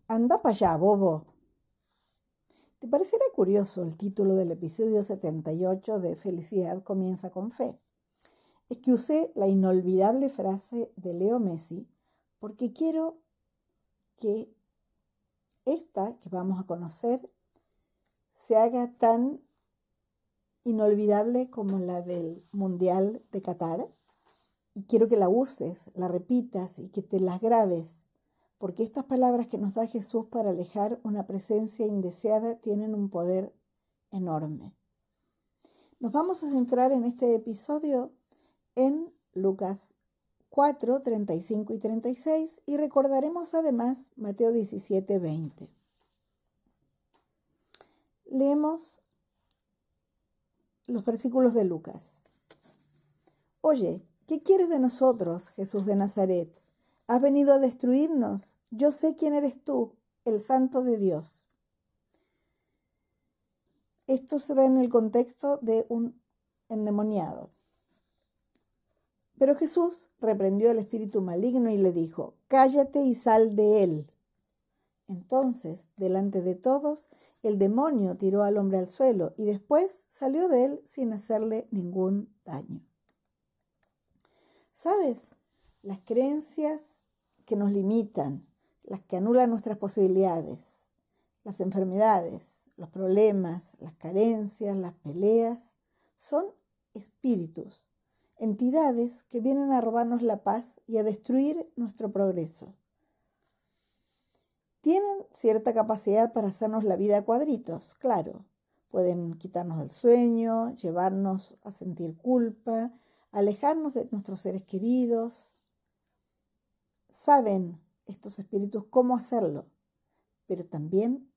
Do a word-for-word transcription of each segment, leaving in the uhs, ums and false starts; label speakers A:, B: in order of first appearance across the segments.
A: Anda para allá, bobo. ¿Te parecerá curioso el título del episodio setenta y ocho de Felicidad comienza con fe? Es que usé la inolvidable frase de Leo Messi porque quiero que esta que vamos a conocer se haga tan inolvidable como la del Mundial de Qatar. Y quiero que la uses, la repitas y que te las grabes, porque estas palabras que nos da Jesús para alejar una presencia indeseada tienen un poder enorme. Nos vamos a centrar en este episodio en Lucas cuatro, treinta y cinco y treinta y seis y recordaremos además Mateo diecisiete, veinte. Leemos los versículos de Lucas. Oye, ¿qué quieres de nosotros, Jesús de Nazaret? ¿Has venido a destruirnos? Yo sé quién eres tú, el Santo de Dios. Esto se da en el contexto de un endemoniado. Pero Jesús reprendió al espíritu maligno y le dijo, cállate y sal de él. Entonces, delante de todos, el demonio tiró al hombre al suelo y después salió de él sin hacerle ningún daño. ¿Sabes? Las creencias que nos limitan, las que anulan nuestras posibilidades, las enfermedades, los problemas, las carencias, las peleas, son espíritus, entidades que vienen a robarnos la paz y a destruir nuestro progreso. Tienen cierta capacidad para hacernos la vida a cuadritos, claro. Pueden quitarnos el sueño, llevarnos a sentir culpa, alejarnos de nuestros seres queridos. Saben estos espíritus cómo hacerlo, pero también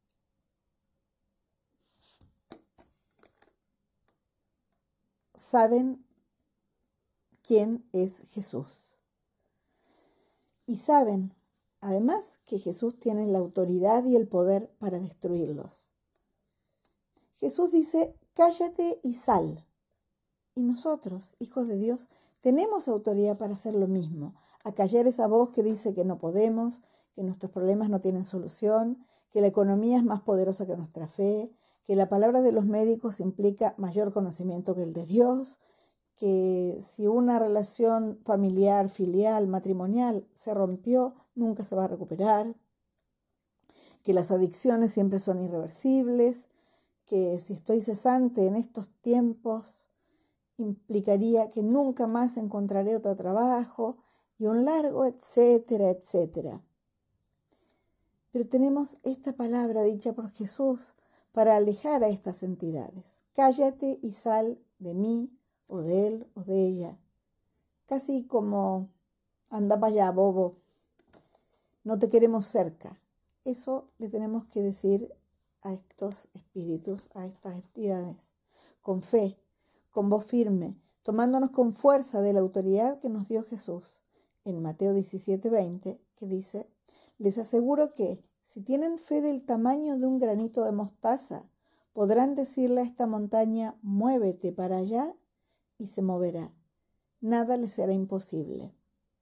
A: saben quién es Jesús. Y saben, además, que Jesús tiene la autoridad y el poder para destruirlos. Jesús dice, cállate y sal. Y nosotros, hijos de Dios, tenemos autoridad para hacer lo mismo, a callar esa voz que dice que no podemos, que nuestros problemas no tienen solución, que la economía es más poderosa que nuestra fe, que la palabra de los médicos implica mayor conocimiento que el de Dios, que si una relación familiar, filial, matrimonial se rompió, nunca se va a recuperar, que las adicciones siempre son irreversibles, que si estoy cesante en estos tiempos, implicaría que nunca más encontraré otro trabajo y un largo etcétera, etcétera. Pero tenemos esta palabra dicha por Jesús para alejar a estas entidades. Cállate y sal de mí o de él o de ella. Casi como anda para allá, bobo. No te queremos cerca. Eso le tenemos que decir a estos espíritus, a estas entidades, con fe, con voz firme, tomándonos con fuerza de la autoridad que nos dio Jesús en Mateo diecisiete, veinte, que dice, les aseguro que si tienen fe del tamaño de un granito de mostaza, podrán decirle a esta montaña, muévete para allá y se moverá. Nada les será imposible.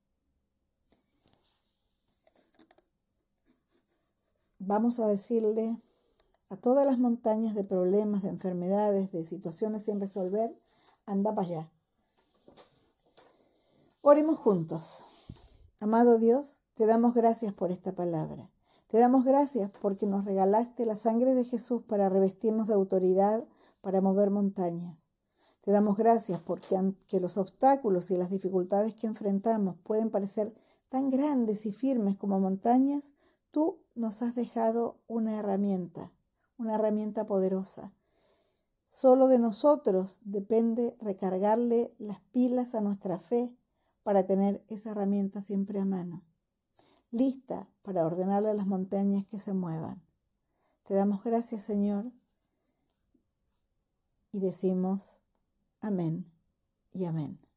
A: Vamos a decirle a todas las montañas de problemas, de enfermedades, de situaciones sin resolver, anda para allá. Oremos juntos. Amado Dios, te damos gracias por esta palabra. Te damos gracias porque nos regalaste la sangre de Jesús para revestirnos de autoridad, para mover montañas. Te damos gracias porque aunque los obstáculos y las dificultades que enfrentamos pueden parecer tan grandes y firmes como montañas, tú nos has dejado una herramienta, una herramienta poderosa. Solo de nosotros depende recargarle las pilas a nuestra fe para tener esa herramienta siempre a mano, lista para ordenarle a las montañas que se muevan. Te damos gracias, Señor, y decimos amén y amén.